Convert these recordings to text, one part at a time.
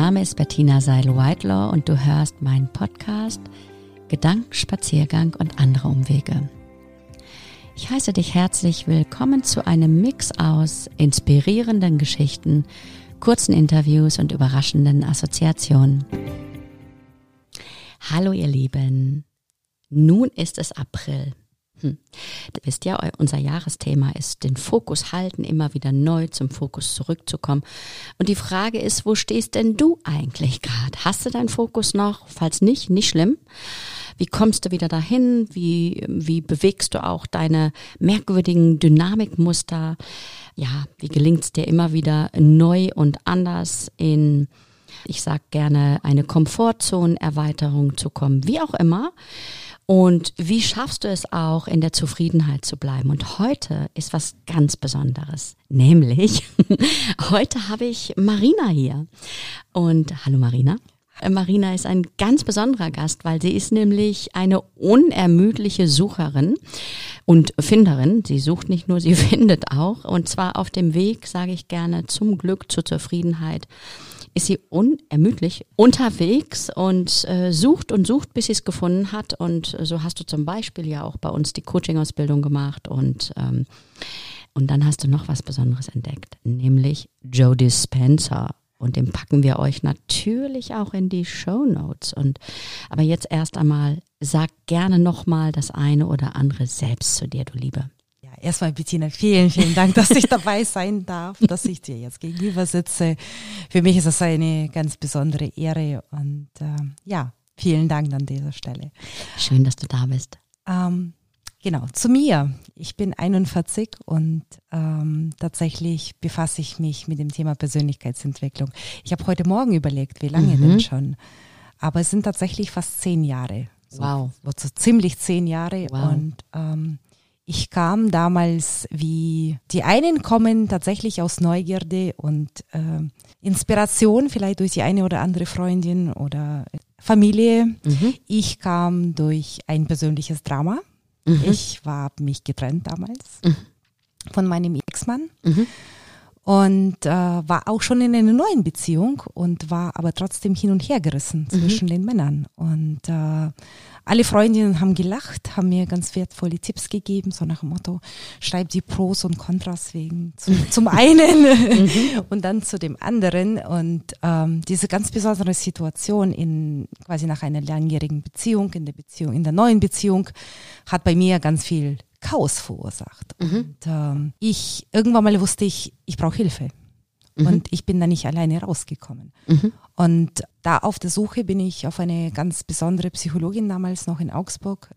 Name ist Bettina Seil-Whitelaw und du hörst meinen Podcast Gedankenspaziergang und andere Umwege. Ich heiße dich herzlich willkommen zu einem Mix aus inspirierenden Geschichten, kurzen Interviews und überraschenden Assoziationen. Hallo ihr Lieben, nun ist es April. Ihr wisst ja, unser Jahresthema ist den Fokus halten, immer wieder neu zum Fokus zurückzukommen. Und die Frage ist, wo stehst denn du eigentlich gerade? Hast du deinen Fokus noch? Falls nicht, nicht schlimm. Wie kommst du wieder dahin? Wie bewegst du auch deine merkwürdigen Dynamikmuster? Ja, wie gelingt es dir immer wieder neu und anders in, ich sag gerne, eine Komfortzonenerweiterung zu kommen? Wie auch immer. Und wie schaffst du es auch, in der Zufriedenheit zu bleiben? Und heute ist was ganz Besonderes, nämlich heute habe ich Marina hier. Und hallo Marina. Marina ist ein ganz besonderer Gast, weil sie ist nämlich eine unermüdliche Sucherin und Finderin. Sie sucht nicht nur, sie findet auch. Und zwar auf dem Weg, sage ich gerne, zum Glück, zur Zufriedenheit, ist sie unermüdlich unterwegs und sucht, bis sie es gefunden hat. Und so hast du zum Beispiel ja auch bei uns die Coaching-Ausbildung gemacht und dann hast du noch was Besonderes entdeckt, nämlich Joe Dispenza. Und den packen wir euch natürlich auch in die Shownotes. Aber jetzt erst einmal, sag gerne nochmal das eine oder andere selbst zu dir, du Liebe. Ja, erstmal Bettina, vielen, vielen Dank, dass ich dabei sein darf, dass ich dir jetzt gegenüber sitze. Für mich ist das eine ganz besondere Ehre und vielen Dank an dieser Stelle. Schön, dass du da bist. Genau, zu mir. Ich bin 41 und tatsächlich befasse ich mich mit dem Thema Persönlichkeitsentwicklung. Ich habe heute Morgen überlegt, wie lange denn schon. Aber es sind tatsächlich fast 10 Jahre. Wow. So ziemlich 10 Jahre. Wow. Und ich kam damals, wie die einen kommen tatsächlich aus Neugierde und Inspiration, vielleicht durch die eine oder andere Freundin oder Familie. Ich kam durch ein persönliches Drama. Ich habe mich getrennt damals von meinem Ex-Mann und war auch schon in einer neuen Beziehung und war aber trotzdem hin und her gerissen zwischen den Männern. Und alle Freundinnen haben gelacht, haben mir ganz wertvolle Tipps gegeben, so nach dem Motto, schreib die Pros und Kontras wegen zum einen und dann zu dem anderen. Und diese ganz besondere Situation quasi nach einer langjährigen Beziehung, in der neuen Beziehung, hat bei mir ganz viel Chaos verursacht. Und irgendwann mal wusste ich brauche Hilfe. Und ich bin da nicht alleine rausgekommen. Und da auf der Suche bin ich auf eine ganz besondere Psychologin damals noch in Augsburg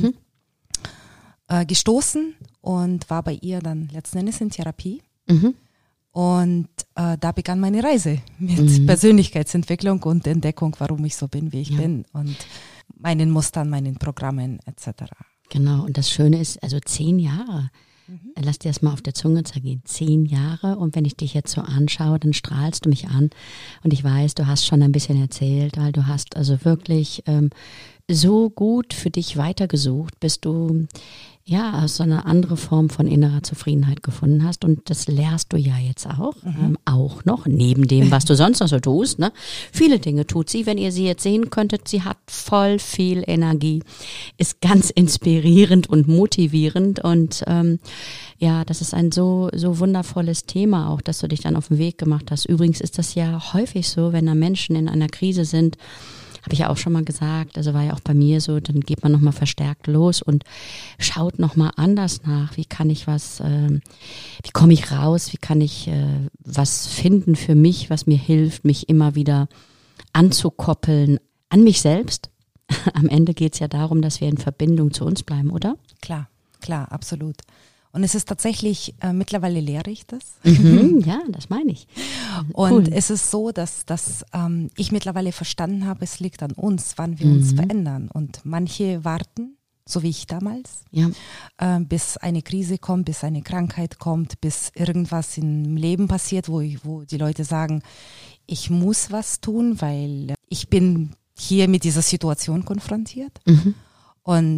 gestoßen und war bei ihr dann letzten Endes in Therapie. Und da begann meine Reise mit Persönlichkeitsentwicklung und Entdeckung, warum ich so bin, wie ich bin und meinen Mustern, meinen Programmen etc. Genau, und das Schöne ist, also 10 Jahre. Lass dir das mal auf der Zunge zergehen. 10 Jahre und wenn ich dich jetzt so anschaue, dann strahlst du mich an und ich weiß, du hast schon ein bisschen erzählt, weil du hast also wirklich so gut für dich weitergesucht, bis du so eine andere Form von innerer Zufriedenheit gefunden hast und das lehrst du ja jetzt auch noch, neben dem, was du sonst noch so tust. Ne? Viele Dinge tut sie, wenn ihr sie jetzt sehen könntet, sie hat voll viel Energie, ist ganz inspirierend und motivierend und das ist ein so wundervolles Thema auch, dass du dich dann auf den Weg gemacht hast. Übrigens ist das ja häufig so, wenn da Menschen in einer Krise sind, habe ich ja auch schon mal gesagt, also war ja auch bei mir so, dann geht man nochmal verstärkt los und schaut nochmal anders nach, wie komme ich raus, wie kann ich was finden für mich, was mir hilft, mich immer wieder anzukoppeln an mich selbst. Am Ende geht es ja darum, dass wir in Verbindung zu uns bleiben, oder? Klar, absolut. Und es ist tatsächlich, mittlerweile lehre ich das. Ja, das meine ich. Und es ist so, dass ich mittlerweile verstanden habe, es liegt an uns, wann wir uns verändern. Und manche warten, so wie ich damals, bis eine Krise kommt, bis eine Krankheit kommt, bis irgendwas im Leben passiert, wo die Leute sagen, ich muss was tun, weil ich bin hier mit dieser Situation konfrontiert. Und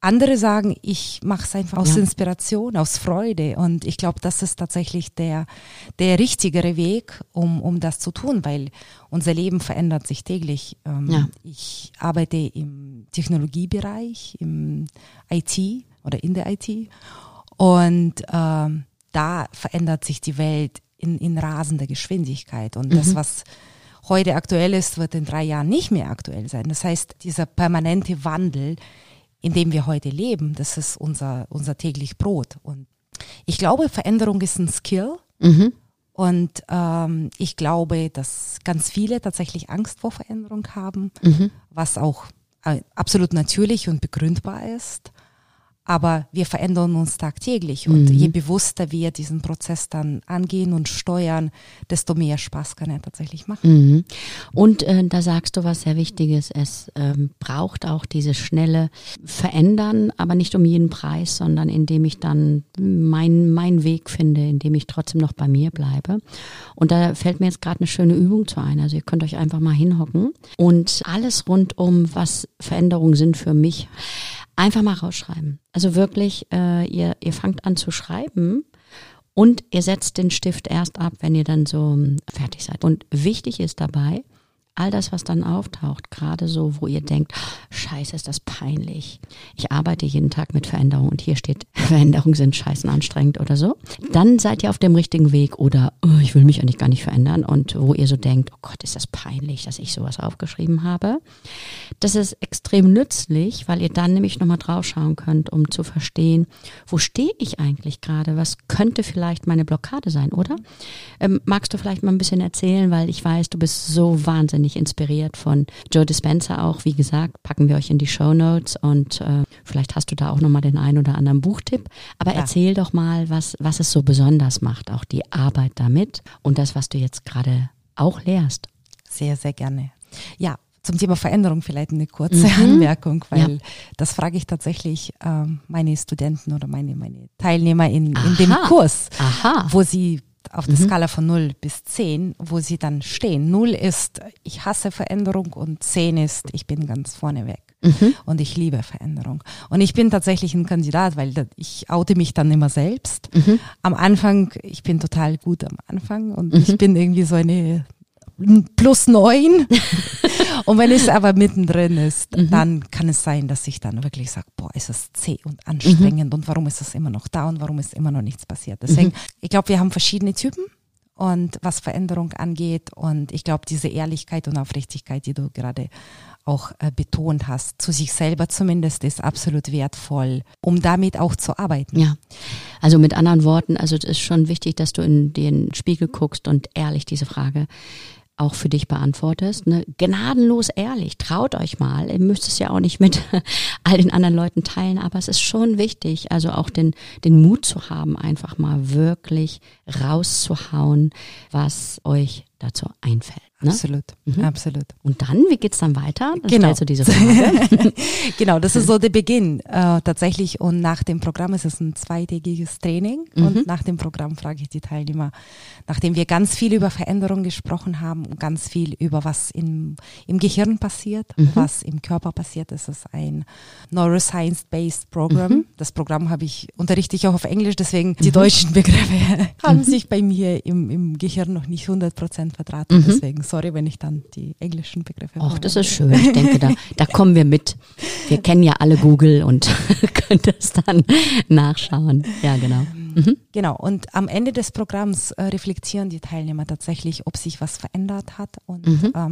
Andere sagen, ich mache es einfach aus Inspiration, aus Freude. Und ich glaube, das ist tatsächlich der richtigere Weg, um das zu tun, weil unser Leben verändert sich täglich. Ich arbeite im Technologiebereich, im IT oder in der IT. Und da verändert sich die Welt in rasender Geschwindigkeit. Und das, was heute aktuell ist, wird in 3 Jahren nicht mehr aktuell sein. Das heißt, dieser permanente Wandel, in dem wir heute leben, das ist unser täglich Brot. Und ich glaube, Veränderung ist ein Skill. Und ich glaube, dass ganz viele tatsächlich Angst vor Veränderung haben, was auch absolut natürlich und begründbar ist. Aber wir verändern uns tagtäglich und je bewusster wir diesen Prozess dann angehen und steuern, desto mehr Spaß kann er tatsächlich machen. Und da sagst du was sehr Wichtiges, es braucht auch diese schnelle Verändern, aber nicht um jeden Preis, sondern indem ich dann meinen Weg finde, indem ich trotzdem noch bei mir bleibe. Und da fällt mir jetzt gerade eine schöne Übung zu ein, also ihr könnt euch einfach mal hinhocken und alles rund um, was Veränderungen sind für mich, einfach mal rausschreiben. Also wirklich, ihr fangt an zu schreiben und ihr setzt den Stift erst ab, wenn ihr dann so fertig seid. Und wichtig ist dabei, all das, was dann auftaucht, gerade so, wo ihr denkt, scheiße, ist das peinlich. Ich arbeite jeden Tag mit Veränderung und hier steht, Veränderungen sind scheißen anstrengend oder so. Dann seid ihr auf dem richtigen Weg oder ich will mich eigentlich gar nicht verändern und wo ihr so denkt, oh Gott, ist das peinlich, dass ich sowas aufgeschrieben habe. Das ist extrem nützlich, weil ihr dann nämlich nochmal drauf schauen könnt, um zu verstehen, wo stehe ich eigentlich gerade? Was könnte vielleicht meine Blockade sein, oder? Magst du vielleicht mal ein bisschen erzählen, weil ich weiß, du bist so wahnsinnig inspiriert von Joe Dispenza auch. Wie gesagt, packen wir euch in die Shownotes und vielleicht hast du da auch nochmal den einen oder anderen Buchtipp. Aber erzähl doch mal, was es so besonders macht, auch die Arbeit damit und das, was du jetzt gerade auch lehrst. Sehr, sehr gerne. Ja, zum Thema Veränderung vielleicht eine kurze Anmerkung, weil das frage ich tatsächlich meine Studenten oder meine Teilnehmer in dem Kurs, wo sie auf der Skala von 0 bis 10, wo sie dann stehen. 0 ist, ich hasse Veränderung und 10 ist, ich bin ganz vorne weg. Und ich liebe Veränderung. Und ich bin tatsächlich ein Kandidat, weil ich oute mich dann immer selbst. Am Anfang, ich bin total gut am Anfang und ich bin irgendwie so eine +9. Und wenn es aber mittendrin ist, dann kann es sein, dass ich dann wirklich sage, boah, ist es zäh und anstrengend und warum ist es immer noch da und warum ist immer noch nichts passiert. Deswegen, ich glaube, wir haben verschiedene Typen und was Veränderung angeht und ich glaube, diese Ehrlichkeit und Aufrichtigkeit, die du gerade auch betont hast, zu sich selber zumindest, ist absolut wertvoll, um damit auch zu arbeiten. Ja, also mit anderen Worten, also es ist schon wichtig, dass du in den Spiegel guckst und ehrlich diese Frage auch für dich beantwortest. Ne? Gnadenlos ehrlich, traut euch mal. Ihr müsst es ja auch nicht mit all den anderen Leuten teilen, aber es ist schon wichtig, also auch den Mut zu haben, einfach mal wirklich rauszuhauen, was euch dazu einfällt. Ne? Absolut, absolut. Und dann, wie geht's dann weiter? Dann stellst du diese Frage. Genau, das ist so der Beginn tatsächlich. Und nach dem Programm ist es ein 2-tägiges Training. Und nach dem Programm frage ich die Teilnehmer, nachdem wir ganz viel über Veränderung gesprochen haben und ganz viel über was im Gehirn passiert, was im Körper passiert, ist es ein Neuroscience-based Program. Das Programm unterrichte ich auch auf Englisch, deswegen die deutschen Begriffe haben sich bei mir im Gehirn noch nicht 100% verdrahtet. Deswegen sorry, wenn ich dann die englischen Begriffe habe. Ach, das ist schön. Ich denke, da kommen wir mit. Wir kennen ja alle Google und können das dann nachschauen. Ja, genau. Genau. Und am Ende des Programms reflektieren die Teilnehmer tatsächlich, ob sich was verändert hat. Und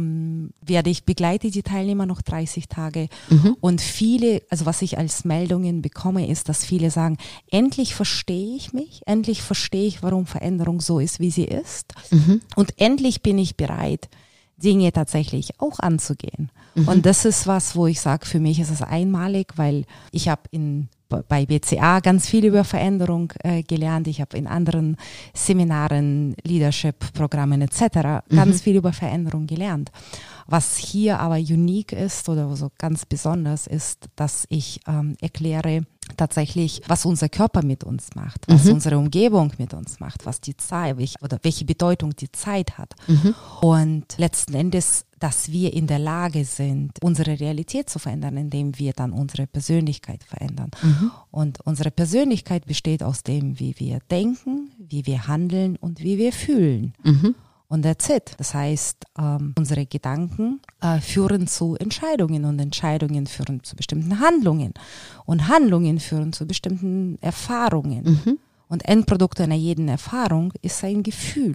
ich begleite die Teilnehmer noch 30 Tage. Und viele, also was ich als Meldungen bekomme, ist, dass viele sagen, endlich verstehe ich mich, endlich verstehe ich, warum Veränderung so ist, wie sie ist. Und endlich bin ich bereit, Dinge tatsächlich auch anzugehen. Und das ist was, wo ich sage, für mich ist es einmalig, weil ich habe bei BCA ganz viel über Veränderung gelernt. Ich habe in anderen Seminaren, Leadership-Programmen etc. ganz viel über Veränderung gelernt. Was hier aber unique ist oder so ganz besonders ist, dass ich erkläre, tatsächlich, was unser Körper mit uns macht, was unsere Umgebung mit uns macht, was die Zeit oder welche Bedeutung die Zeit hat. Und letzten Endes, dass wir in der Lage sind, unsere Realität zu verändern, indem wir dann unsere Persönlichkeit verändern. Und unsere Persönlichkeit besteht aus dem, wie wir denken, wie wir handeln und wie wir fühlen. Und that's it. Das heißt, unsere Gedanken führen zu Entscheidungen und Entscheidungen führen zu bestimmten Handlungen und Handlungen führen zu bestimmten Erfahrungen. Und Endprodukt einer jeden Erfahrung ist ein Gefühl.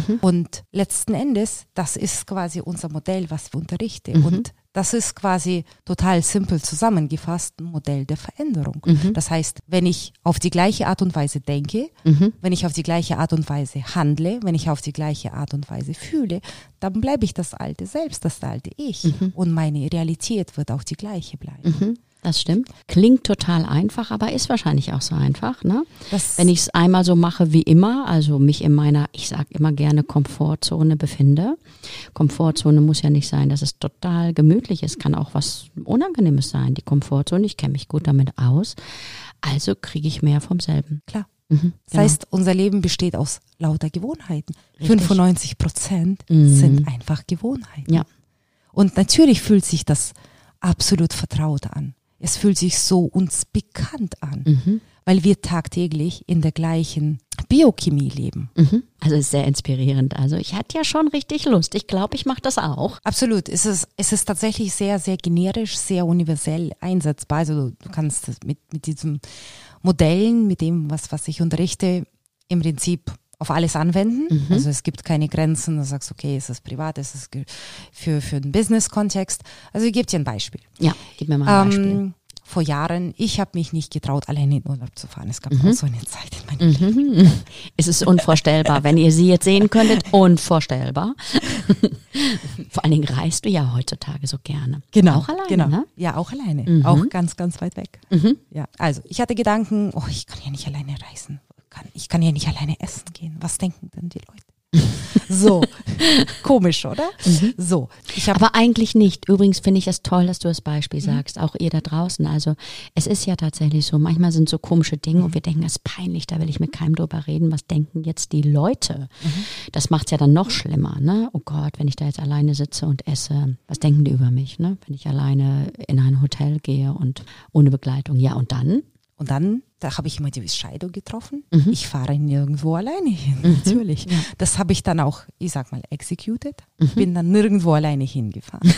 Und letzten Endes, das ist quasi unser Modell, was wir unterrichten. Und das ist quasi total simpel zusammengefasst ein Modell der Veränderung. Das heißt, wenn ich auf die gleiche Art und Weise denke, wenn ich auf die gleiche Art und Weise handle, wenn ich auf die gleiche Art und Weise fühle, dann bleibe ich das alte Selbst, das alte Ich. Und meine Realität wird auch die gleiche bleiben. Das stimmt. Klingt total einfach, aber ist wahrscheinlich auch so einfach, ne? Wenn ich es einmal so mache wie immer, also mich in meiner, ich sage immer gerne Komfortzone befinde. Komfortzone muss ja nicht sein, dass es total gemütlich ist, kann auch was Unangenehmes sein, die Komfortzone. Ich kenne mich gut damit aus, also kriege ich mehr vom selben. Klar. Das heißt, unser Leben besteht aus lauter Gewohnheiten. Richtig. 95% sind einfach Gewohnheiten. Ja. Und natürlich fühlt sich das absolut vertraut an. Es fühlt sich so uns bekannt an, weil wir tagtäglich in der gleichen Biochemie leben. Also ist sehr inspirierend. Also ich hatte ja schon richtig Lust. Ich glaube, ich mache das auch. Absolut. Es ist tatsächlich sehr, sehr generisch, sehr universell einsetzbar. Also du kannst das mit diesen Modellen, mit dem, was ich unterrichte, im Prinzip auf alles anwenden. Also es gibt keine Grenzen. Du sagst, okay, ist es privat, ist es für einen Business-Kontext. Also ich gebe dir ein Beispiel. Ja, gib mir mal ein Beispiel. Vor Jahren, ich habe mich nicht getraut, alleine in Urlaub zu fahren. Es gab auch so eine Zeit in meinem Leben. Es ist unvorstellbar, wenn ihr sie jetzt sehen könntet, unvorstellbar. Vor allen Dingen reist du ja heutzutage so gerne. Genau. Auch alleine, ne? Ja, auch alleine. Auch ganz, ganz weit weg. Ja, also ich hatte Gedanken, oh, ich kann ja nicht alleine reisen. Ich kann ja nicht alleine essen gehen. Was denken denn die Leute? So, komisch, oder? So. Aber eigentlich nicht. Übrigens finde ich es toll, dass du das Beispiel sagst, auch ihr da draußen. Also es ist ja tatsächlich so, manchmal sind so komische Dinge und wir denken, das ist peinlich, da will ich mit keinem drüber reden. Was denken jetzt die Leute? Das macht es ja dann noch schlimmer, ne? Oh Gott, wenn ich da jetzt alleine sitze und esse, was denken die über mich, ne? Wenn ich alleine in ein Hotel gehe und ohne Begleitung. Ja, und dann? Und dann, da habe ich immer die Entscheidung getroffen, ich fahre nirgendwo alleine hin, natürlich. Ja. Das habe ich dann auch, ich sag mal, executed. Ich bin dann nirgendwo alleine hingefahren.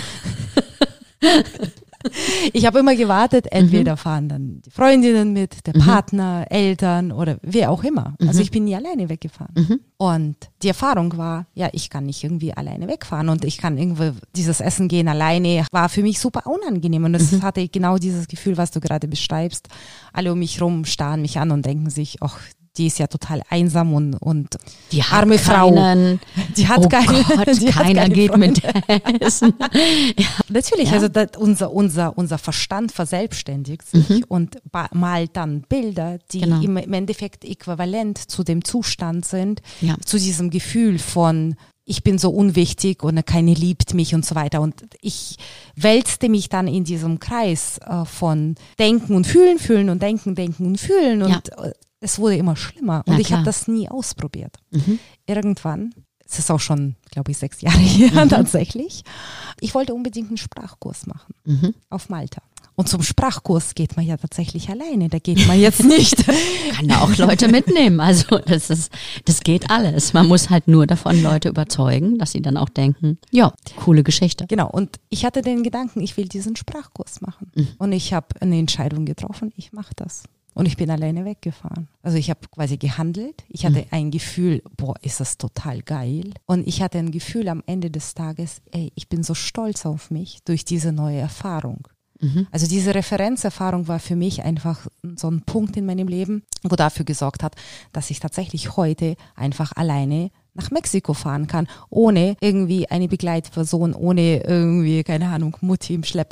Ich habe immer gewartet, entweder fahren dann die Freundinnen mit, der Partner, Eltern oder wer auch immer. Also ich bin nie alleine weggefahren. Und die Erfahrung war, ja, ich kann nicht irgendwie alleine wegfahren und ich kann irgendwie dieses Essen gehen alleine, war für mich super unangenehm. Und das hatte genau dieses Gefühl, was du gerade beschreibst. Alle um mich rum starren mich an und denken sich, ach, die ist ja total einsam und die hat arme keinen, Frau. Die hat keiner geht mit essen. Ja. Natürlich, also unser Verstand verselbstständigt sich und malt dann Bilder, die im Endeffekt äquivalent zu dem Zustand sind, zu diesem Gefühl von ich bin so unwichtig und keiner liebt mich und so weiter. Und ich wälzte mich dann in diesem Kreis von Denken und Fühlen, Fühlen und Denken, Denken und Fühlen und es wurde immer schlimmer und ich habe das nie ausprobiert. Irgendwann, es ist auch schon, glaube ich, 6 Jahre her tatsächlich, ich wollte unbedingt einen Sprachkurs machen auf Malta. Und zum Sprachkurs geht man ja tatsächlich alleine, da geht man jetzt nicht. Kann da auch Leute mitnehmen, also das geht alles. Man muss halt nur davon Leute überzeugen, dass sie dann auch denken, ja, coole Geschichte. Genau, und ich hatte den Gedanken, ich will diesen Sprachkurs machen. Und ich habe eine Entscheidung getroffen, ich mache das. Und ich bin alleine weggefahren. Also ich habe quasi gehandelt. Ich hatte ein Gefühl, boah, ist das total geil. Und ich hatte ein Gefühl am Ende des Tages, ey, ich bin so stolz auf mich durch diese neue Erfahrung. Also diese Referenzerfahrung war für mich einfach so ein Punkt in meinem Leben, wo dafür gesorgt hat, dass ich tatsächlich heute einfach alleine nach Mexiko fahren kann, ohne irgendwie eine Begleitperson, ohne irgendwie, keine Ahnung, Mutti im Schlepptau.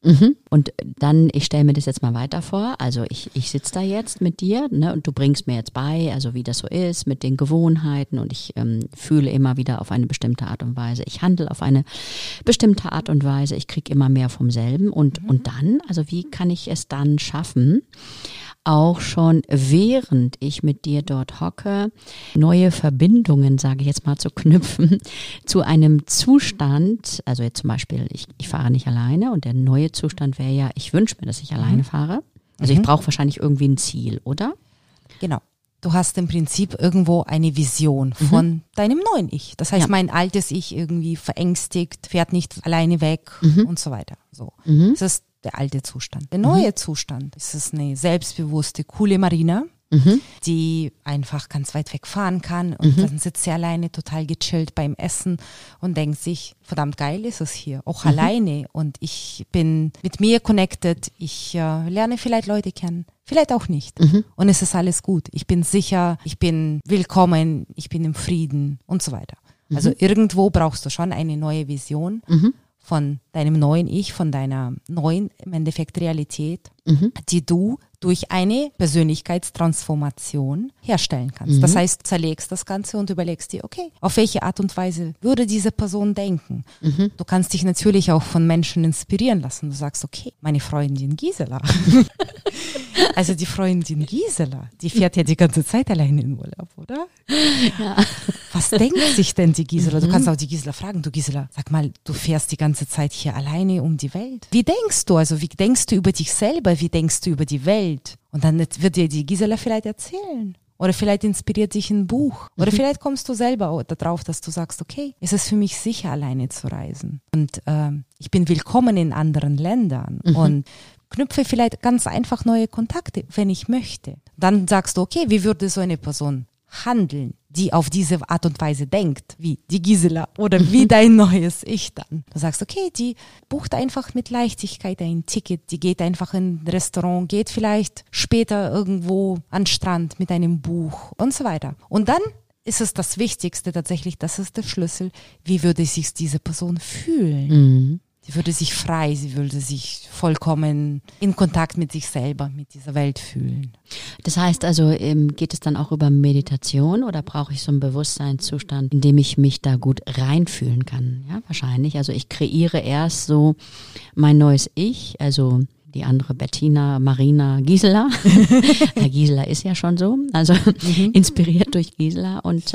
Und dann, ich stelle mir das jetzt mal weiter vor, also ich sitze da jetzt mit dir, ne, und du bringst mir jetzt bei, also wie das so ist mit den Gewohnheiten, und ich fühle immer wieder auf eine bestimmte Art und Weise, ich handle auf eine bestimmte Art und Weise, ich kriege immer mehr vom selben, und dann, also wie kann ich es dann schaffen, auch schon während ich mit dir dort hocke, neue Verbindungen, sage ich jetzt mal, zu knüpfen zu einem Zustand, also jetzt zum Beispiel, ich fahre nicht alleine, und der neue Zustand wäre ja, ich wünsche mir, dass ich alleine fahre. Also ich brauche wahrscheinlich irgendwie ein Ziel, oder? Genau. Du hast im Prinzip irgendwo eine Vision von deinem neuen Ich. Das heißt, mein altes Ich irgendwie verängstigt, fährt nicht alleine weg und so weiter. So. Das ist der alte Zustand. Der neue Zustand ist es eine selbstbewusste, coole Marina, die einfach ganz weit weg fahren kann, und dann sitzt sie alleine total gechillt beim Essen und denkt sich, verdammt geil ist es hier, auch alleine, und ich bin mit mir connected, ich lerne vielleicht Leute kennen, vielleicht auch nicht, und es ist alles gut, ich bin sicher, ich bin willkommen, ich bin im Frieden und so weiter. Also irgendwo brauchst du schon eine neue Vision von deinem neuen Ich, von deiner neuen, im Endeffekt, Realität, die du durch eine Persönlichkeitstransformation herstellen kannst. Das heißt, zerlegst das Ganze und überlegst dir, okay, auf welche Art und Weise würde diese Person denken? Du kannst dich natürlich auch von Menschen inspirieren lassen. Du sagst, okay, meine Freundin Gisela. Also die Freundin Gisela, die fährt ja die ganze Zeit alleine in Urlaub, oder? Ja. Was denkt sich denn die Gisela? Du kannst auch die Gisela fragen, du Gisela, sag mal, du fährst die ganze Zeit hier alleine um die Welt. Wie denkst du? Also wie denkst du über dich selber? Wie denkst du über die Welt? Und dann wird dir die Gisela vielleicht erzählen. Oder vielleicht inspiriert dich ein Buch. Oder vielleicht kommst du selber darauf, dass du sagst, okay, es ist für mich sicher, alleine zu reisen. Und ich bin willkommen in anderen Ländern. Und knüpfe vielleicht ganz einfach neue Kontakte, wenn ich möchte. Dann sagst du, okay, wie würde so eine Person handeln, die auf diese Art und Weise denkt, wie die Gisela oder wie dein neues Ich dann. Du sagst, okay, die bucht einfach mit Leichtigkeit ein Ticket, die geht einfach in ein Restaurant, geht vielleicht später irgendwo an den Strand mit einem Buch und so weiter. Und dann ist es das Wichtigste tatsächlich, das ist der Schlüssel, wie würde sich diese Person fühlen? Sie würde sich frei, sie würde sich vollkommen in Kontakt mit sich selber, mit dieser Welt fühlen. Das heißt also, geht es dann auch über Meditation, oder brauche ich so einen Bewusstseinszustand, in dem ich mich da gut reinfühlen kann? Ja, wahrscheinlich. Also ich kreiere erst so mein neues Ich, also die andere Bettina, Marina, Gisela. Ja, Gisela ist ja schon so, also inspiriert durch Gisela, und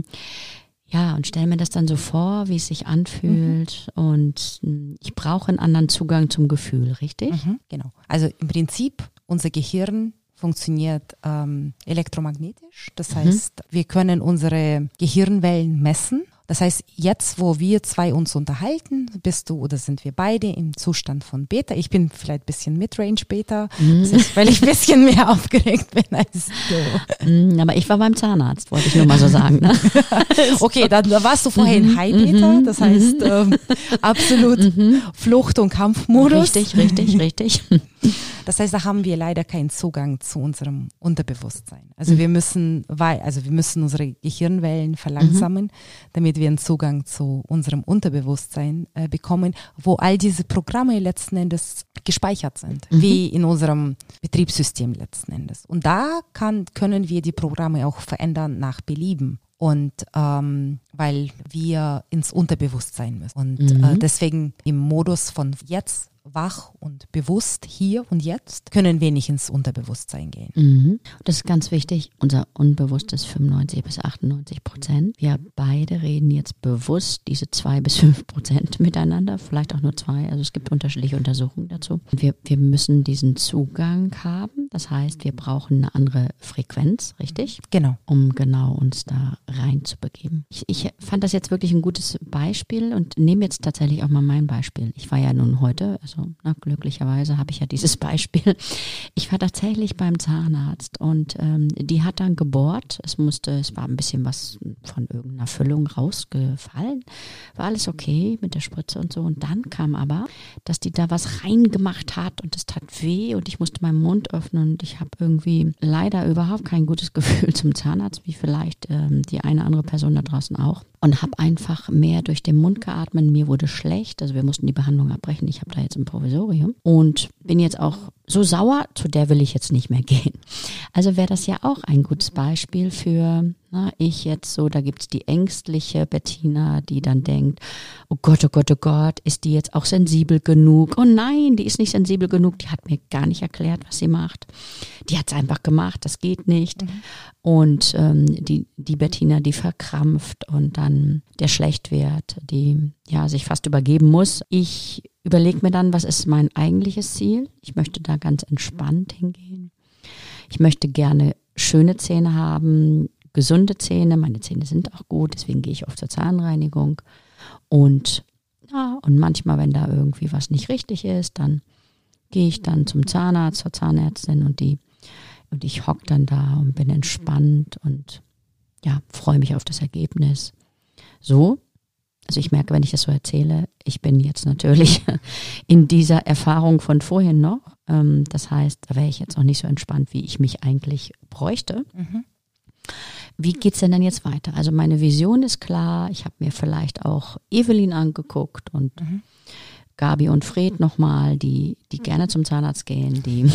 und stell mir das dann so vor, wie es sich anfühlt, und ich brauche einen anderen Zugang zum Gefühl, richtig? Genau. Also im Prinzip, unser Gehirn funktioniert elektromagnetisch. Das heißt, wir können unsere Gehirnwellen messen. Das heißt, jetzt, wo wir zwei uns unterhalten, bist du oder sind wir beide im Zustand von Beta. Ich bin vielleicht ein bisschen Midrange Beta, das heißt, weil ich ein bisschen mehr aufgeregt bin als du. Aber ich war beim Zahnarzt, wollte ich nur mal so sagen. Ne? Okay, dann warst du vorhin High Beta, das heißt absolut Flucht- und Kampfmodus. Richtig. Das heißt, da haben wir leider keinen Zugang zu unserem Unterbewusstsein. Also wir müssen unsere Gehirnwellen verlangsamen, damit wir einen Zugang zu unserem Unterbewusstsein bekommen, wo all diese Programme letzten Endes gespeichert sind, wie in unserem Betriebssystem letzten Endes. Und da können wir die Programme auch verändern nach Belieben. Und weil wir ins Unterbewusstsein müssen. Und deswegen im Modus von jetzt, wach und bewusst, hier und jetzt, können wir nicht ins Unterbewusstsein gehen. Das ist ganz wichtig. Unser Unbewusstes 95-98%. Wir beide reden jetzt bewusst diese 2-5% miteinander, vielleicht auch nur 2. Also es gibt unterschiedliche Untersuchungen dazu. Wir müssen diesen Zugang haben. Das heißt, wir brauchen eine andere Frequenz, richtig? Genau. Um genau uns da reinzubegeben. Ich fand das jetzt wirklich ein gutes Beispiel und nehme jetzt tatsächlich auch mal mein Beispiel. Ich war ja nun heute, glücklicherweise habe ich ja dieses Beispiel. Ich war tatsächlich beim Zahnarzt und die hat dann gebohrt. Es war ein bisschen was von irgendeiner Füllung rausgefallen. War alles okay mit der Spritze und so. Und dann kam aber, dass die da was reingemacht hat und es tat weh und ich musste meinen Mund öffnen und ich habe irgendwie leider überhaupt kein gutes Gefühl zum Zahnarzt, wie vielleicht die eine andere Person da draußen auch. und habe einfach mehr durch den Mund geatmet. Mir wurde schlecht, also wir mussten die Behandlung abbrechen. Ich habe da jetzt ein Provisorium und bin jetzt auch so sauer, zu der will ich jetzt nicht mehr gehen. Also wäre das ja auch ein gutes Beispiel für, ich jetzt so, da gibt's die ängstliche Bettina, die dann denkt, oh Gott, ist die jetzt auch sensibel genug? Oh nein, die ist nicht sensibel genug, die hat mir gar nicht erklärt, was sie macht. Die hat's einfach gemacht, das geht nicht. Und die Bettina, die verkrampft und dann der schlecht wird, die sich fast übergeben muss. Ich überlege mir dann, was ist mein eigentliches Ziel? Ich möchte da ganz entspannt hingehen. Ich möchte gerne schöne Zähne haben, gesunde Zähne. Meine Zähne sind auch gut, deswegen gehe ich oft zur Zahnreinigung. Und manchmal, wenn da irgendwie was nicht richtig ist, dann gehe ich dann zum Zahnarzt, zur Zahnärztin und ich hocke dann da und bin entspannt und freue mich auf das Ergebnis. So, also ich merke, wenn ich das so erzähle, ich bin jetzt natürlich in dieser Erfahrung von vorhin noch. Das heißt, da wäre ich jetzt auch nicht so entspannt, wie ich mich eigentlich bräuchte. Wie geht's denn dann jetzt weiter? Also meine Vision ist klar. Ich habe mir vielleicht auch Evelyn angeguckt und Gabi und Fred nochmal, die gerne zum Zahnarzt gehen, die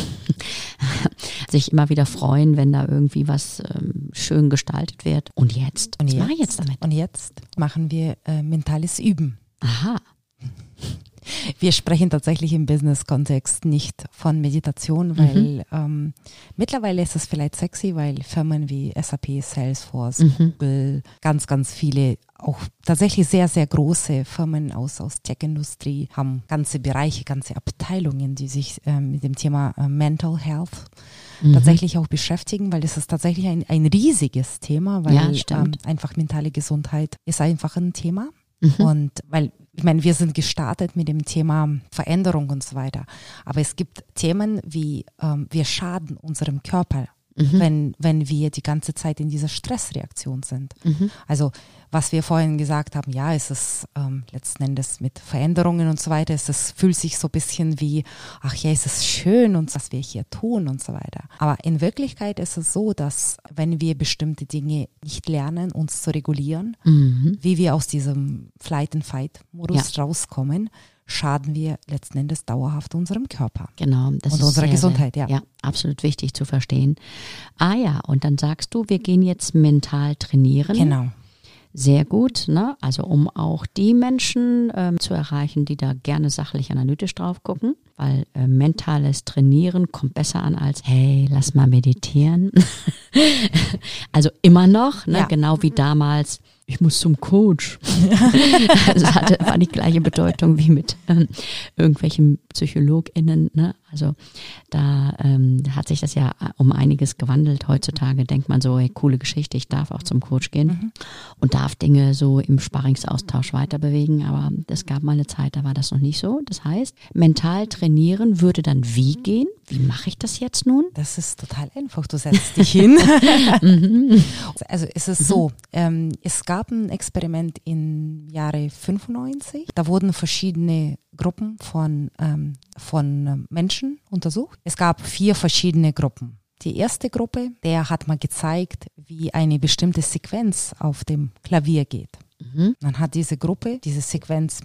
sich immer wieder freuen, wenn da irgendwie was schön gestaltet wird. Und jetzt? Was mache ich jetzt damit? Und jetzt machen wir mentales Üben. Aha. Wir sprechen tatsächlich im Business-Kontext nicht von Meditation, weil mittlerweile ist es vielleicht sexy, weil Firmen wie SAP, Salesforce, Google, ganz, ganz viele, auch tatsächlich sehr, sehr große Firmen aus Tech-Industrie haben ganze Bereiche, ganze Abteilungen, die sich mit dem Thema Mental Health tatsächlich auch beschäftigen, weil das ist tatsächlich ein riesiges Thema, weil einfach mentale Gesundheit ist einfach ein Thema. Und weil, ich meine, wir sind gestartet mit dem Thema Veränderung und so weiter. Aber es gibt Themen wie, wir schaden unserem Körper, wenn wir die ganze Zeit in dieser Stressreaktion sind. Also, was wir vorhin gesagt haben, es ist letzten Endes mit Veränderungen und so weiter, es fühlt sich so ein bisschen wie, es ist schön und was wir hier tun und so weiter. Aber in Wirklichkeit ist es so, dass wenn wir bestimmte Dinge nicht lernen, uns zu regulieren, wie wir aus diesem Flight-and-Fight-Modus rauskommen, schaden wir letzten Endes dauerhaft unserem Körper. Genau. Das und ist unserer Gesundheit, Ja, absolut wichtig zu verstehen. Und dann sagst du, wir gehen jetzt mental trainieren. Genau. Sehr gut, ne? Also um auch die Menschen zu erreichen, die da gerne sachlich analytisch drauf gucken, weil mentales Trainieren kommt besser an als, hey, lass mal meditieren. Also immer noch, ne? Genau wie damals, ich muss zum Coach. Das war die gleiche Bedeutung wie mit irgendwelchen PsychologInnen, ne? Also da hat sich das ja um einiges gewandelt. Heutzutage denkt man so, hey, coole Geschichte, ich darf auch zum Coach gehen und darf Dinge so im Sparringsaustausch weiter bewegen, aber es gab mal eine Zeit, da war das noch nicht so. Das heißt, mental trainieren würde dann wie gehen? Wie mache ich das jetzt nun? Das ist total einfach, du setzt dich hin. Also es ist so, es gab ein Experiment im Jahre 95, da wurden verschiedene Gruppen von Menschen untersucht. Es gab 4 verschiedene Gruppen. Die erste Gruppe, der hat mal gezeigt, wie eine bestimmte Sequenz auf dem Klavier geht. Dann hat diese Gruppe diese Sequenz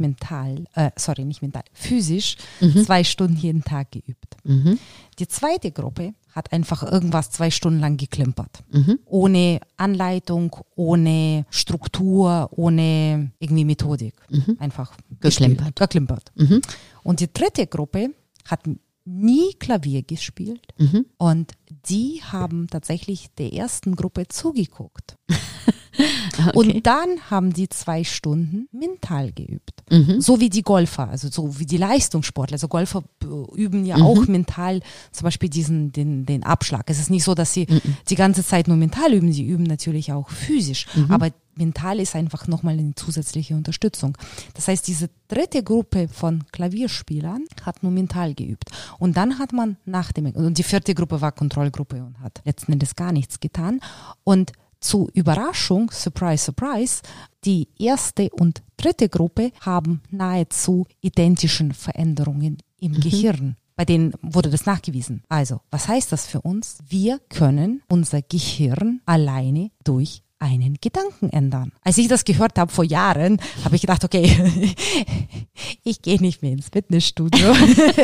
physisch 2 Stunden jeden Tag geübt. Die zweite Gruppe hat einfach irgendwas 2 Stunden lang geklimpert. Ohne Anleitung, ohne Struktur, ohne irgendwie Methodik. Einfach geklimpert. Und die dritte Gruppe hat nie Klavier gespielt und die haben tatsächlich der ersten Gruppe zugeguckt. Okay. Und dann haben die 2 Stunden mental geübt. So wie die Golfer, also so wie die Leistungssportler. Also Golfer üben ja auch mental zum Beispiel den Abschlag. Es ist nicht so, dass sie die ganze Zeit nur mental üben, sie üben natürlich auch physisch. Aber mental ist einfach nochmal eine zusätzliche Unterstützung. Das heißt, diese dritte Gruppe von Klavierspielern hat nur mental geübt. Und dann hat man und die vierte Gruppe war Kontrollgruppe und hat letzten Endes gar nichts getan. Und zu Überraschung, surprise, surprise, die erste und dritte Gruppe haben nahezu identischen Veränderungen im Gehirn. Bei denen wurde das nachgewiesen. Also, was heißt das für uns? Wir können unser Gehirn alleine durch einen Gedanken ändern. Als ich das gehört habe vor Jahren, habe ich gedacht, okay, ich gehe nicht mehr ins Fitnessstudio.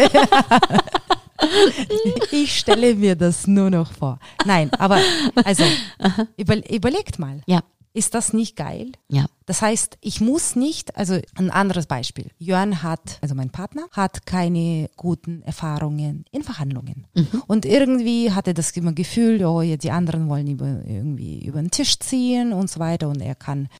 Ich stelle mir das nur noch vor. Nein, aber also überlegt mal. Ja. Ist das nicht geil? Ja. Das heißt, ich muss nicht, also ein anderes Beispiel. Jörn also mein Partner, hat keine guten Erfahrungen in Verhandlungen. Und irgendwie hat er das immer Gefühl, oh, die anderen wollen irgendwie über den Tisch ziehen und so weiter und er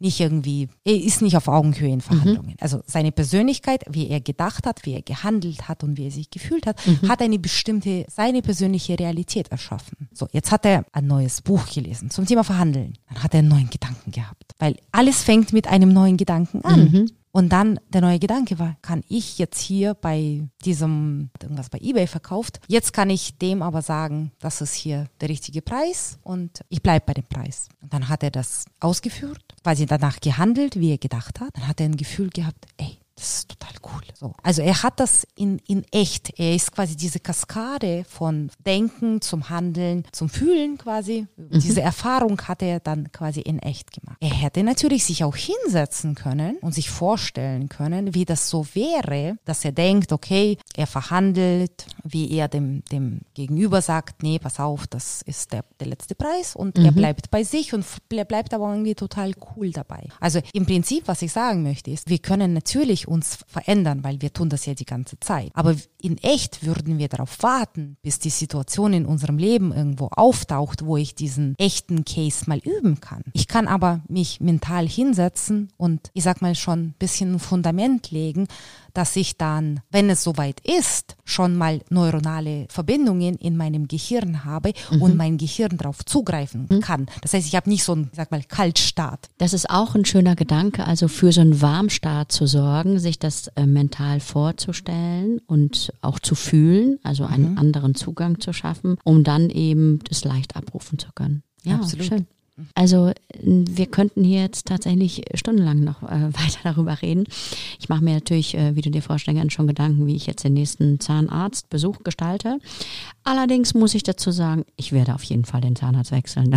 ist nicht auf Augenhöhe in Verhandlungen. Also seine Persönlichkeit, wie er gedacht hat, wie er gehandelt hat und wie er sich gefühlt hat, hat seine persönliche Realität erschaffen. So, jetzt hat er ein neues Buch gelesen zum Thema Verhandeln. Dann hat er einen neuen Gedanken gehabt. Weil alles fängt mit einem neuen Gedanken an. Und dann der neue Gedanke war, kann ich jetzt hier bei irgendwas bei eBay verkauft, jetzt kann ich dem aber sagen, das ist hier der richtige Preis und ich bleibe bei dem Preis. Und dann hat er das ausgeführt, quasi danach gehandelt, wie er gedacht hat. Dann hat er ein Gefühl gehabt, ey, das ist total cool. So. Also er hat das in echt. Er ist quasi diese Kaskade von Denken zum Handeln, zum Fühlen quasi. Diese Erfahrung hat er dann quasi in echt gemacht. Er hätte natürlich sich auch hinsetzen können und sich vorstellen können, wie das so wäre, dass er denkt, okay, er verhandelt, wie er dem Gegenüber sagt, nee, pass auf, das ist der letzte Preis und er bleibt bei sich und er bleibt aber irgendwie total cool dabei. Also im Prinzip, was ich sagen möchte, ist, wir können natürlich uns verändern, weil wir tun das ja die ganze Zeit. Aber in echt würden wir darauf warten, bis die Situation in unserem Leben irgendwo auftaucht, wo ich diesen echten Case mal üben kann. Ich kann aber mich mental hinsetzen und ich sag mal schon ein bisschen ein Fundament legen, dass ich dann, wenn es soweit ist, schon mal neuronale Verbindungen in meinem Gehirn habe und mein Gehirn darauf zugreifen kann. Das heißt, ich habe nicht so einen, ich sag mal, Kaltstart. Das ist auch ein schöner Gedanke, also für so einen Warmstart zu sorgen, sich das mental vorzustellen und auch zu fühlen, also einen anderen Zugang zu schaffen, um dann eben das leicht abrufen zu können. Ja, absolut. Schön. Also wir könnten hier jetzt tatsächlich stundenlang noch weiter darüber reden. Ich mache mir natürlich, wie du dir vorstellen kannst, schon Gedanken, wie ich jetzt den nächsten Zahnarztbesuch gestalte. Allerdings muss ich dazu sagen, ich werde auf jeden Fall den Zahnarzt wechseln.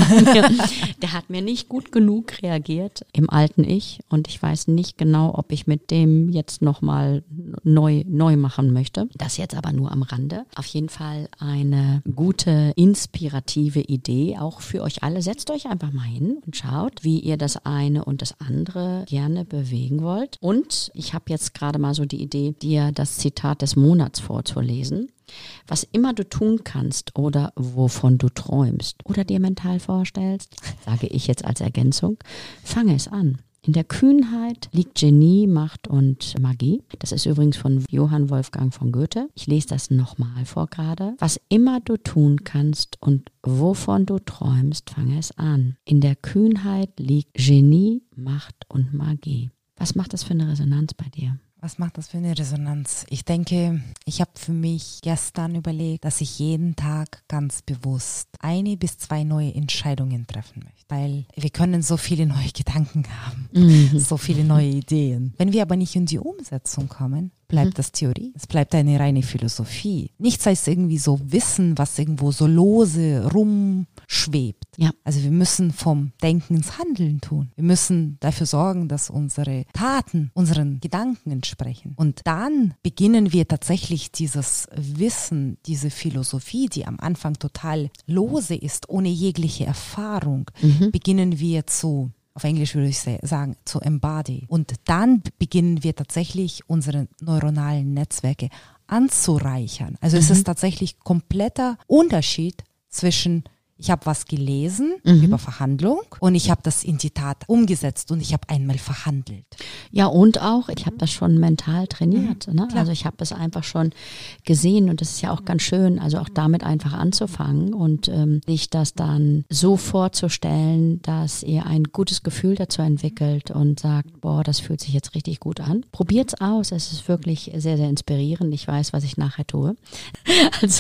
Der hat mir nicht gut genug reagiert im alten Ich und ich weiß nicht genau, ob ich mit dem jetzt nochmal neu machen möchte. Das jetzt aber nur am Rande. Auf jeden Fall eine gute, inspirative Idee, auch für euch alle. Setzt euch einfach mal hin und schaut, wie ihr das eine und das andere gerne bewegen wollt. Und ich habe jetzt gerade mal so die Idee, dir das Zitat des Monats vorzulesen. Was immer du tun kannst oder wovon du träumst oder dir mental vorstellst, sage ich jetzt als Ergänzung, fange es an. In der Kühnheit liegt Genie, Macht und Magie. Das ist übrigens von Johann Wolfgang von Goethe. Ich lese das nochmal vor gerade. Was immer du tun kannst und wovon du träumst, fange es an. In der Kühnheit liegt Genie, Macht und Magie. Was macht das für eine Resonanz bei dir? Was macht das für eine Resonanz? Ich denke, ich habe für mich gestern überlegt, dass ich jeden Tag ganz bewusst 1 bis 2 neue Entscheidungen treffen möchte. Weil wir können so viele neue Gedanken haben, so viele neue Ideen. Wenn wir aber nicht in die Umsetzung kommen, bleibt das Theorie. Es bleibt eine reine Philosophie. Nichts als irgendwie so Wissen, was irgendwo so lose rumschwebt. Ja. Also wir müssen vom Denken ins Handeln tun. Wir müssen dafür sorgen, dass unsere Taten unseren Gedanken entsprechen. Und dann beginnen wir tatsächlich dieses Wissen, diese Philosophie, die am Anfang total lose ist, ohne jegliche Erfahrung, beginnen wir auf Englisch würde ich sagen, zu embody. Und dann beginnen wir tatsächlich unsere neuronalen Netzwerke anzureichern. Also es ist tatsächlich kompletter Unterschied zwischen ich habe was gelesen über Verhandlung und ich habe das in die Tat umgesetzt und ich habe einmal verhandelt. Ja, und auch, ich habe das schon mental trainiert. Ne? Also ich habe es einfach schon gesehen und das ist ja auch ganz schön, also auch damit einfach anzufangen und sich das dann so vorzustellen, dass ihr ein gutes Gefühl dazu entwickelt und sagt, boah, das fühlt sich jetzt richtig gut an. Probiert's aus, es ist wirklich sehr, sehr inspirierend. Ich weiß, was ich nachher tue. Also,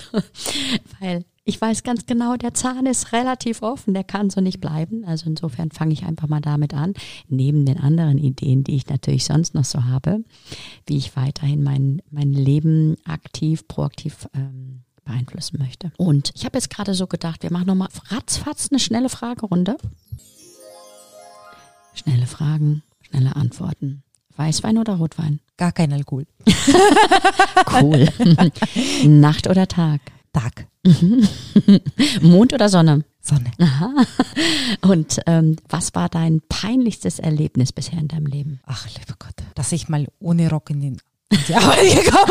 weil ich weiß ganz genau, der Zahn ist relativ offen, der kann so nicht bleiben. Also insofern fange ich einfach mal damit an, neben den anderen Ideen, die ich natürlich sonst noch so habe, wie ich weiterhin mein Leben aktiv, proaktiv beeinflussen möchte. Und ich habe jetzt gerade so gedacht, wir machen nochmal ratzfatz eine schnelle Fragerunde. Schnelle Fragen, schnelle Antworten. Weißwein oder Rotwein? Gar kein Alkohol. Cool. Nacht oder Tag? Tag. Mond oder Sonne? Sonne. Aha. Und was war dein peinlichstes Erlebnis bisher in deinem Leben? Ach, lieber Gott, dass ich mal ohne Rock in die Arbeit gekommen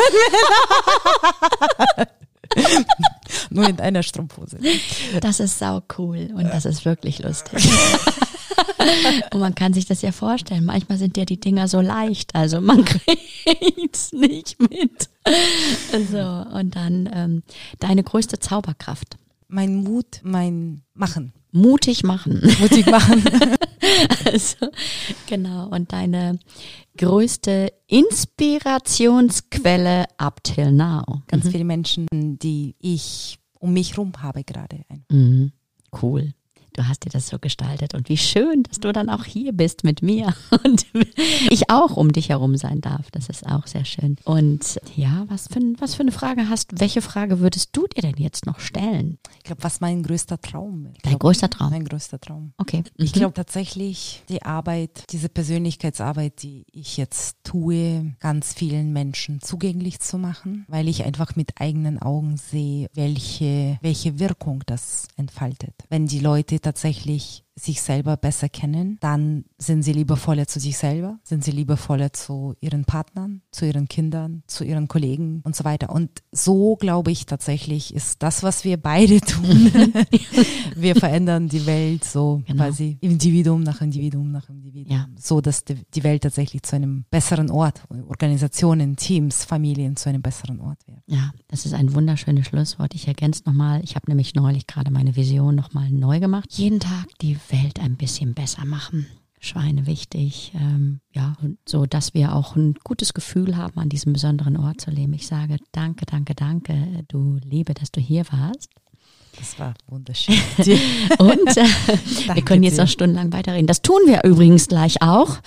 bin. Nur in einer Strumpfhose. Das ist sau cool und das ist wirklich lustig. Und man kann sich das ja vorstellen. Manchmal sind ja die Dinger so leicht, also man kriegt's nicht mit. So, und dann deine größte Zauberkraft. Mein Mut, mein Machen. Mutig machen. Mutig machen. Also, genau. Und deine größte Inspirationsquelle up till now. Ganz viele Menschen, die ich um mich rum habe gerade. Mhm. Cool. Du hast dir das so gestaltet und wie schön, dass du dann auch hier bist mit mir und ich auch um dich herum sein darf. Das ist auch sehr schön. Und ja, was für eine Frage hast? Welche Frage würdest du dir denn jetzt noch stellen? Ich glaube, was mein größter Traum ist. Dein größter Traum? Mein größter Traum. Okay. Ich glaube tatsächlich, die Arbeit, diese Persönlichkeitsarbeit, die ich jetzt tue, ganz vielen Menschen zugänglich zu machen, weil ich einfach mit eigenen Augen sehe, welche Wirkung das entfaltet. Wenn die Leute tatsächlich sich selber besser kennen, dann sind sie liebevoller zu sich selber, sind sie liebevoller zu ihren Partnern, zu ihren Kindern, zu ihren Kollegen und so weiter. Und so, glaube ich, tatsächlich ist das, was wir beide tun. Wir verändern die Welt so quasi Individuum nach Individuum nach Individuum. Ja. So, dass die Welt tatsächlich zu einem besseren Ort, Organisationen, Teams, Familien zu einem besseren Ort wird. Ja, das ist ein wunderschönes Schlusswort. Ich ergänze nochmal, ich habe nämlich neulich gerade meine Vision nochmal neu gemacht. Jeden Tag die Welt ein bisschen besser machen. Schweine wichtig, so dass wir auch ein gutes Gefühl haben, an diesem besonderen Ort zu leben. Ich sage danke, du Liebe, dass du hier warst. Das war wunderschön. Und wir können jetzt noch stundenlang weiterreden. Das tun wir übrigens gleich auch.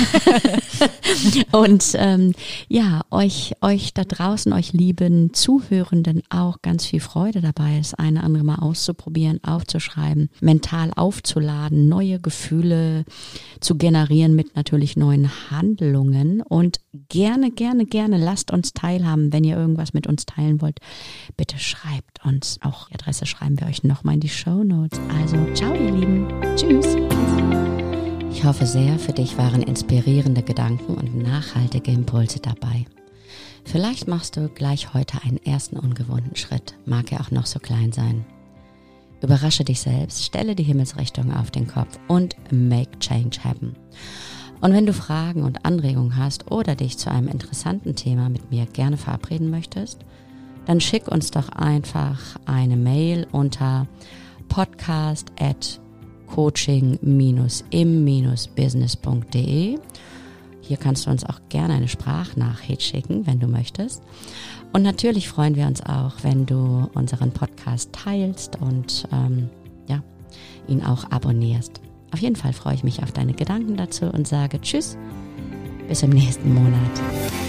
Und euch da draußen, euch lieben Zuhörenden auch ganz viel Freude dabei, das eine andere Mal auszuprobieren, aufzuschreiben, mental aufzuladen, neue Gefühle zu generieren mit natürlich neuen Handlungen. Und gerne lasst uns teilhaben, wenn ihr irgendwas mit uns teilen wollt. Bitte schreibt uns. Auch die Adresse schreiben wir euch nochmal in die Shownotes. Also, ciao ihr Lieben. Tschüss. Ich hoffe sehr, für dich waren inspirierende Gedanken und nachhaltige Impulse dabei. Vielleicht machst du gleich heute einen ersten ungewohnten Schritt, mag er auch noch so klein sein. Überrasche dich selbst, stelle die Himmelsrichtung auf den Kopf und make change happen. Und wenn du Fragen und Anregungen hast oder dich zu einem interessanten Thema mit mir gerne verabreden möchtest, dann schick uns doch einfach eine Mail unter podcast@coaching-im-business.de. Hier kannst du uns auch gerne eine Sprachnachricht schicken, wenn du möchtest. Und natürlich freuen wir uns auch, wenn du unseren Podcast teilst und ihn auch abonnierst. Auf jeden Fall freue ich mich auf deine Gedanken dazu und sage Tschüss, bis im nächsten Monat.